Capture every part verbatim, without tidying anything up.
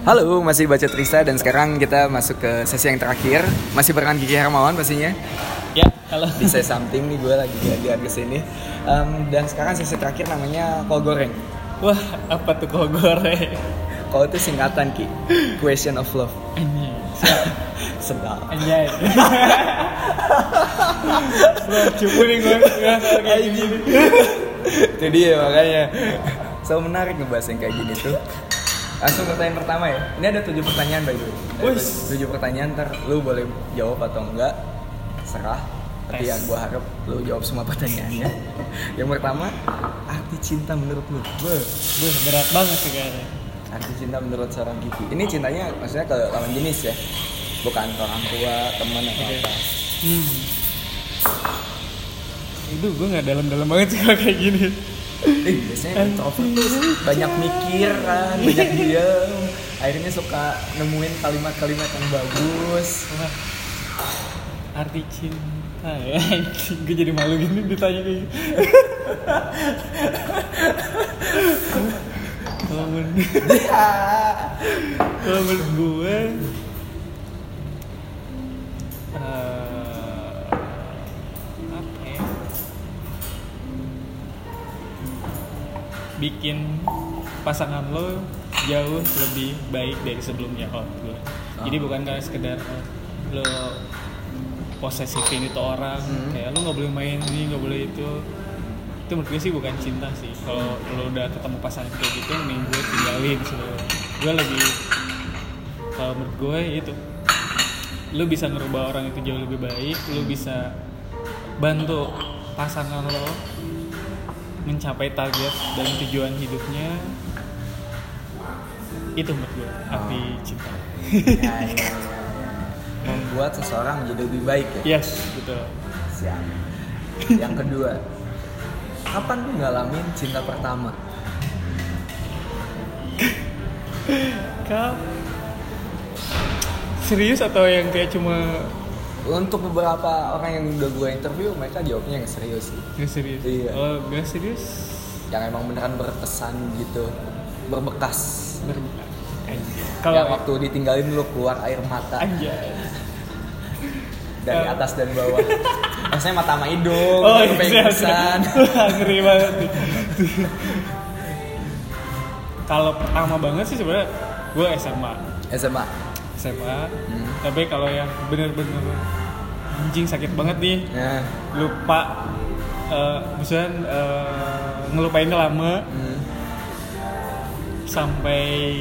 Halo, masih baca Trista dan sekarang kita masuk ke sesi yang terakhir. Masih barengan Kiki Hermawan pastinya. Ya, halo. Di Say Something nih, gue lagi jalan kesini. Um, dan sekarang sesi terakhir namanya Kol Goreng. Wah, apa tuh kol goreng? Kol itu singkatan Ki, Question of Love. Anjay, Sedap. anjay. Bro, cupu nih gue kayak gini. Itu dia makanya. So menarik ngebahas yang kayak gini tuh. Langsung pertanyaan pertama ya. Ini ada tujuh pertanyaan by the way. Ada tujuh pertanyaan, ntar lu boleh jawab atau enggak, serah. Tapi yang gue harap lu jawab semua pertanyaannya. Yang pertama, arti cinta menurut lu? Beuh, beuh, berat banget sih kayaknya. Arti cinta menurut seorang Kiki. Ini cintanya maksudnya ke lawan jenis ya, bukan ke orang tua, teman atau Oke. apa. Hmm. Itu gue nggak dalam-dalam banget sih kalau kayak gini. Eh, biasanya introvert tuh banyak mikir kan, banyak diam. Akhirnya suka nemuin kalimat-kalimat yang bagus. Wah, arti cinta ya. Gue jadi malu gini ditanya kayak gitu. Kalau menurut kalau menurut gue uh, apa ya, bikin pasangan lo jauh lebih baik dari sebelumnya kalau menurut gue. Jadi bukan karena sekedar uh, lo posesifin itu orang, Hmm. kayak lo nggak boleh main ini, nggak boleh itu. Itu menurut gue sih bukan cinta sih. Kalau lo udah ketemu pasangan kayak gitu, mending gue tinggalin sih. Gue lebih, kalau menurut gue itu, lo bisa ngerubah orang itu jauh lebih baik. Lo bisa bantu pasangan lo mencapai target dan tujuan hidupnya. Itu menurut gue arti cinta. Ya, ya, ya. Membuat seseorang menjadi lebih baik ya. Yes, betul. Siap. Yang kedua, kapan lu ngalamin cinta pertama? Kau serius atau yang kayak cuma Untuk beberapa orang yang udah gue interview, mereka jawabnya yang serius sih. gak serius? Iya. Oh, gak serius? Yang emang beneran berkesan gitu, berbekas. Berbuka. Anjay. Yang Kalau waktu ditinggalin lu keluar air mata anjay. dari Uh. atas dan bawah. Maksudnya mata sama hidung, Oh, sampai iya, pingsan. Wah, ngeri banget nih. Kalau pertama banget sih sebenarnya gue S M A. S M A. S M A. Hmm. Tapi kalau yang bener-bener anjing sakit banget nih, Nah. lupa, uh, misalnya uh, ngelupainnya lama Hmm. sampai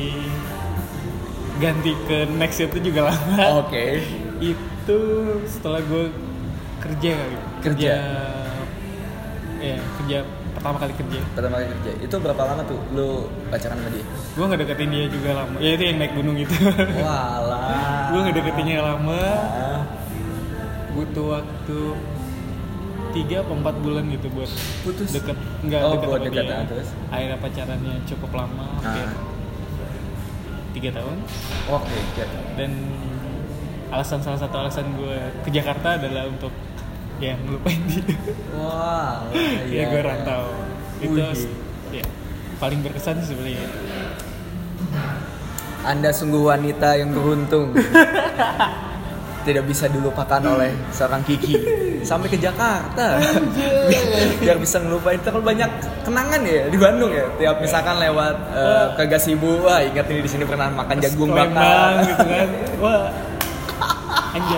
ganti ke next itu juga lama. Oke. Itu setelah gue kerja kali. Kerja. Ya, kerja pertama kali kerja. Pertama kali kerja. Itu berapa lama tuh lu pacaran sama dia? Gue ngedeketin dia juga lama. Ya itu yang naik gunung itu. Walah. Gue ngedeketinnya lama. Ah. Butuh waktu tiga atau empat bulan gitu buat Putus. deket. Enggak Oh, deket buat sama deket, dia. ah, terus? Akhirnya pacarannya cukup lama, hampir Ah. tiga tahun. Oke, ya. Dan alasan salah satu alasan gue ke Jakarta adalah untuk ya ngelupain dia. Wah, Ya gue rantau. Itu Wih. ya paling berkesan sih sebenarnya. Anda sungguh wanita yang beruntung. Tidak bisa dilupakan oleh seorang Kiki sampai ke Jakarta. Biar bisa ngelupain. Terlalu banyak kenangan ya di Bandung ya. Tiap misalkan lewat uh, ke Gasibu, wah ingat ini di sini pernah makan jagung bakar Palembang gitu kan. Wah. Anjay.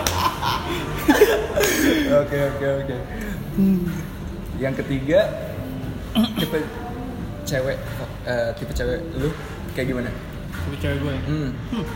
Oke oke oke. Yang ketiga, tipe cewek, uh, tipe cewek lu kayak gimana? Tapi cewek gue. Hmm.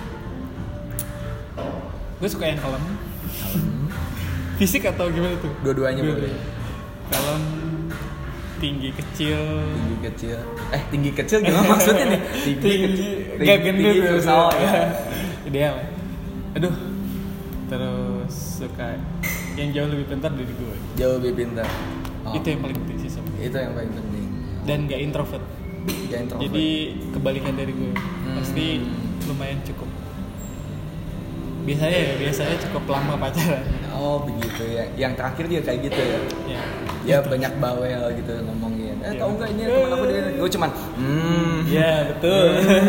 Gue suka yang kalem. Fisik atau gimana tuh? Dua-duanya boleh. Kalem, tinggi kecil. Tinggi kecil. Eh tinggi kecil gimana maksudnya nih? Tinggi, Tinggi, kecil. gak gendut tinggi gitu. pesawat ya. Ideal. Aduh. Terus suka yang jauh lebih pintar dari gue. Jauh lebih pintar. Oh. Itu yang paling penting sih sebenarnya. Itu yang paling penting. Dan gak introvert. Gak introvert. Jadi kebalikan dari gue. Hmm. Pasti lumayan cukup. biasanya ya biasanya cukup lama pacaran. Oh begitu ya. Yang terakhir dia kayak gitu ya. Ya. Ya banyak bawel gitu ngomongin. Eh Ya. tahu nggak ini teman aku dia. Gue cuman hmm. Ya betul.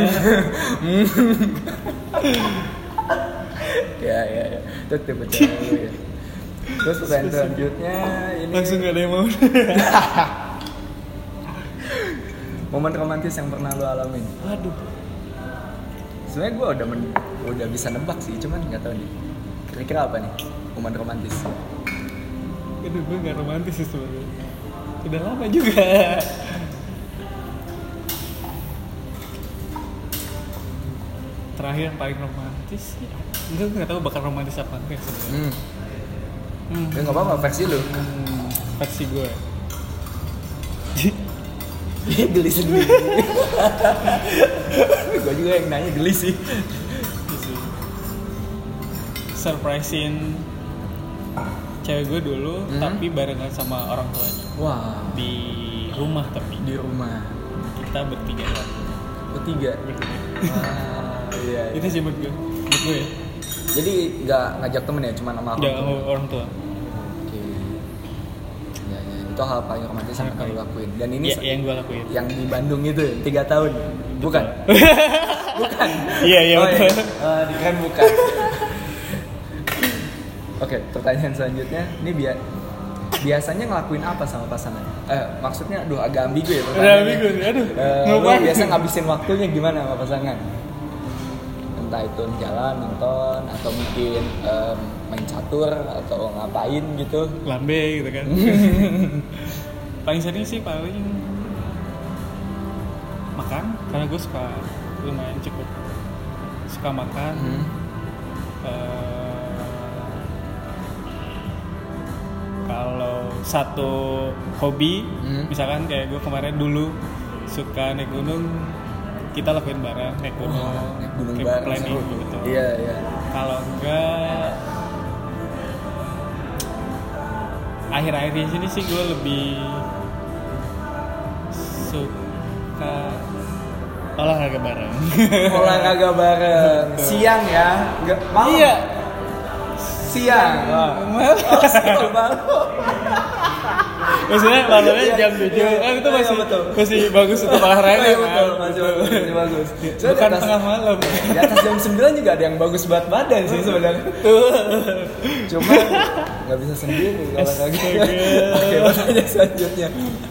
ya ya ya. Itu tipe cewek lu ya. Terus pertanyaan selanjutnya ini Langsung gak ada yang mau. momen romantis yang pernah lu alamin. Aduh. Sebenarnya gue udah men- udah bisa nebak sih, cuman nggak tahu nih. Kira-kira apa nih momen romantis? Aduh, gue gak romantis sih sebenarnya. Udah lama juga. Terakhir yang paling romantis sih. Enggak, gue gak tahu bakal romantis apa enggak sebenarnya. Hmm. Hmm. Ya nggak apa-apa versi lu. Hmm, versi gue. Geli sendiri. Gue juga yang nanya geli sih. Surprisein cewek gue dulu, Hmm. tapi barengan sama orang tuanya Wah, di rumah, tapi di rumah kita bertiga doang. bertiga. Bertiga. Ah, iya, iya. Itu sih menurut gue, menurut gue ya. Jadi nggak ngajak temen ya, cuma sama aku. Udah sama orang tua. Oke. Ya, ya. Itu hal paling romantis yang pernah lu lakuin. Dan ini Ya, yang gue lakuin. yang di Bandung itu tiga tahun, bukan? Bukan. Iya, iya, oh, betul. Uh, dikirain bukan. Oke, pertanyaan selanjutnya, ini biar biasanya ngelakuin apa sama pasangan? Eh, maksudnya, aduh agak ambigu ya Udah pertanyaannya. ambigu, aduh. Eh, lu Ngapain? biasa ngabisin waktunya gimana sama pasangan? Entah itu jalan, nonton, atau mungkin em, main catur atau ngapain gitu? Lambe gitu kan. Paling sering sih paling makan, karena gue suka lumayan cukup suka makan. Hmm. Eh, kalau satu hobi, Hmm. misalkan kayak gue kemarin dulu suka naik gunung, kita lakuin bareng naik gunung, Wah, naik gunung kayak bareng planning seru. gitu. Iya, iya. Kalau enggak, akhir-akhir di sini sih gue lebih suka olahraga bareng. Olahraga bareng. Siang ya? Enggak malam. Iya. Siang. Wah. Malam. Oh, siang banget. Maksudnya malamnya Iya, jam tujuh, iya, kan itu iya, masih betul. masih bagus untuk olahraga Iya, kan. betul, masih bagus, masih bagus. Soalnya Bukan di atas- tengah malam. Di atas jam sembilan juga ada yang bagus buat badan sih sebenarnya. Cuma nggak bisa sendiri olahraga. Astaga. Oke, pertanyaan selanjutnya.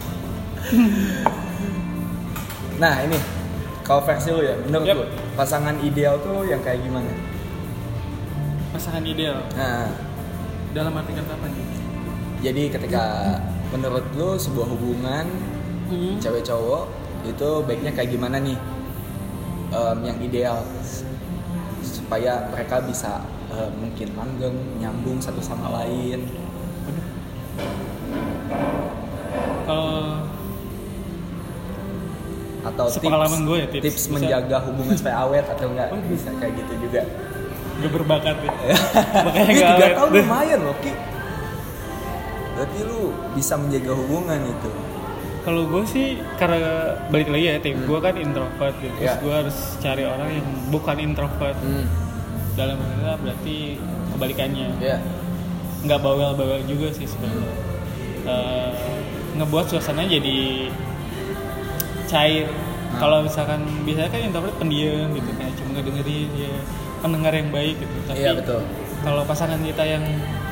Nah ini, kalau versi lu ya, menurut Yap. lu pasangan ideal tuh yang kayak gimana? Pasangan ideal Nah, dalam arti kata apa nih? jadi ketika menurut lu sebuah hubungan Hmm. cewek cowok itu baiknya kayak gimana nih? Em, yang ideal supaya mereka bisa em, mungkin langgeng, nyambung satu sama lain. Kalau Atau tips, sepengalaman gue ya, tips. tips Bisa- menjaga hubungan supaya awet atau enggak Oh, bisa kayak gitu juga. gak berbakat ya. Makanya Ini gak tiga awet. tahun lumayan loh Ki. Berarti lu bisa menjaga hubungan itu. Kalau gue sih karena balik lagi ya, tim gue kan introvert gitu. Terus Ya. gue harus cari orang yang bukan introvert. Hmm. Dalam artinya berarti kebalikannya. Ya. Nggak bawel-bawel juga sih sebenarnya. Eh, ngebuat suasana jadi cair. Nah. Kalau misalkan biasanya kan introvert pendiam gitu, kayak cuma ngedengerin ya, pendengar yang baik gitu. Tapi Iya betul. kalau pasangan kita yang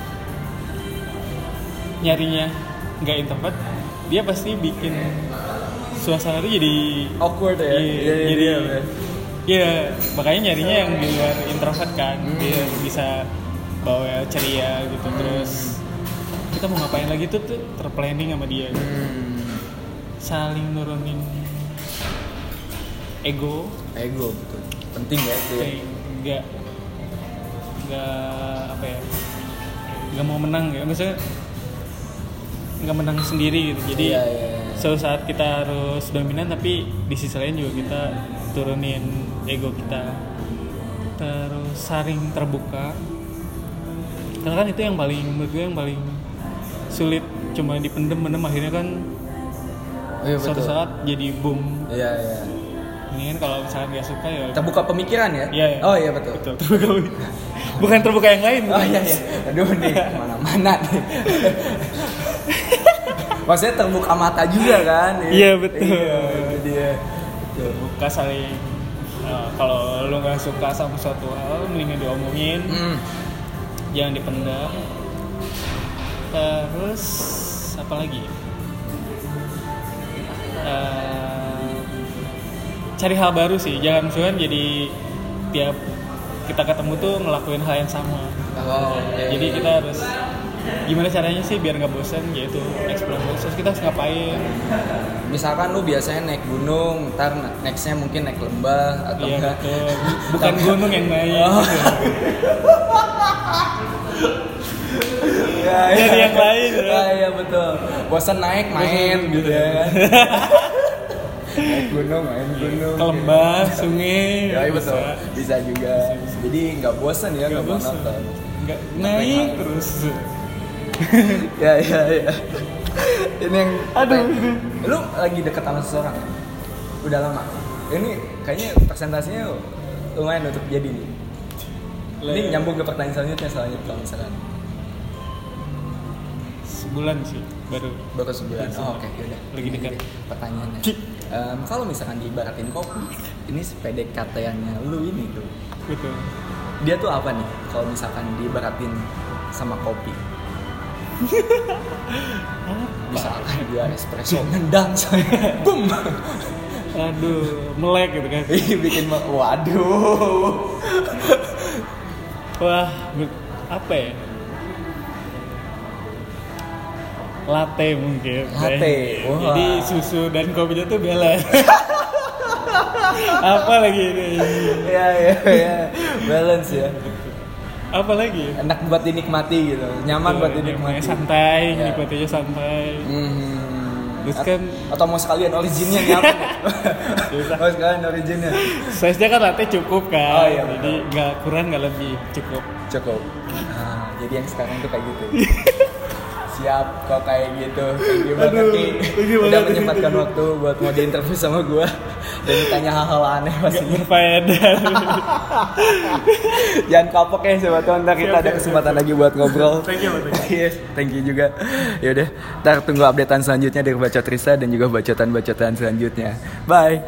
nyarinya nggak introvert, dia pasti bikin suasana itu jadi Awkward ya. Iya, Iya, iya, jadi iya, iya. iya, makanya nyarinya yang di luar introvert kan. Hmm. Dia bisa bawa ceria gitu. Terus kita mau ngapain lagi tuh tuh terplanning sama dia. Hmm. Saling nurunin ego, Ego betul. Penting ya itu ya. kayak nggak nggak apa ya, nggak mau menang ya, maksudnya nggak menang sendiri gitu. Jadi Iya, iya, iya. suatu saat kita harus dominan, tapi di sisi lain juga kita turunin ego kita, terus saling terbuka, karena kan itu yang paling menurut gue yang paling sulit, cuma dipendem-pendem akhirnya kan Iya suatu betul. saat jadi boom. Iya iya. Ini kan kalau misalnya nggak suka ya Terbuka pemikiran ya? Iya, iya. Oh iya betul. betul terbuka. Bukan terbuka yang lain. Oh iya iya. Aduh nih mana-mana nih. Maksudnya terbuka mata juga kan? Iya betul. Iya, dia. Terbuka saling. Uh, kalau lu nggak suka sama suatu hal, mendingan diomongin. Hmm. Jangan dipendam. Terus apa lagi? Uh, cari hal baru sih. Jangan misalkan jadi tiap kita ketemu tuh ngelakuin hal yang sama. Oh, okay. Jadi kita harus gimana caranya sih biar nggak bosan, yaitu explore terus kita harus ngapain. Misalkan lu biasanya naik gunung, ntar nextnya mungkin naik lembah atau iya, enggak betul. Bukan gunung yang naik. Oh. Ya, dari ya, yang lain. Ya, ya betul. Bosan naik main bosan, gitu ya kan. Naik gunung, main gunung. Ke lembah, sungai. Ya, betul. Bisa, bisa juga. Bisa, bisa. Jadi nggak bosan ya, nggak monoton. Nggak naik terus. Ya, ya, ya. Ini yang aduh, ini. Lu lagi deket sama seseorang ya? Udah lama. Ini kayaknya presentasinya lumayan untuk jadi nih. Ini nyambung ke pertanyaan selanjutnya selanjutnya kalau misalkan. Sebulan sih, baru baru sebulan. Oh, oke, okay, udah. Lagi dekat. Pertanyaannya. Um, kalau misalkan diibaratin kopi, ini P D K T-nya lu ini tuh. Betul. Dia tuh apa nih? Kalau misalkan diibaratin sama kopi. Misalkan dia espresso nendang saya. Boom. Aduh, melek gitu kan. Bikin waduh. Wah, apa ya? Latte mungkin. Latte. Wah. Jadi susu dan kopinya tuh balance. Apa lagi ini? Ya ya ya. Balance ya. Apa lagi? Enak buat dinikmati gitu. Nyaman tuh, buat dinikmati. Santai, ya. Nikmatinya santai. Hmm. Terus kan atau mau sekalian originnya nih apa? Mau sekalian originnya. Size-nya kan latte cukup kan. Oh, iya, jadi enggak kurang enggak lebih, cukup. Cukup. Nah, jadi yang sekarang tuh kayak gitu. Siap kok kayak gitu. Thank you banget Ki. Udah menyempatkan waktu buat mau diinterview sama gue dan ditanya hal-hal aneh pasti berfaedah. Jangan kapok ya sobat tuan, ntar kita ada kesempatan lagi buat ngobrol. Thank you, Yes, thank you juga. Yaudah, ntar tunggu updatean selanjutnya dari Bacot Risa dan juga bacotan-bacotan selanjutnya. Bye.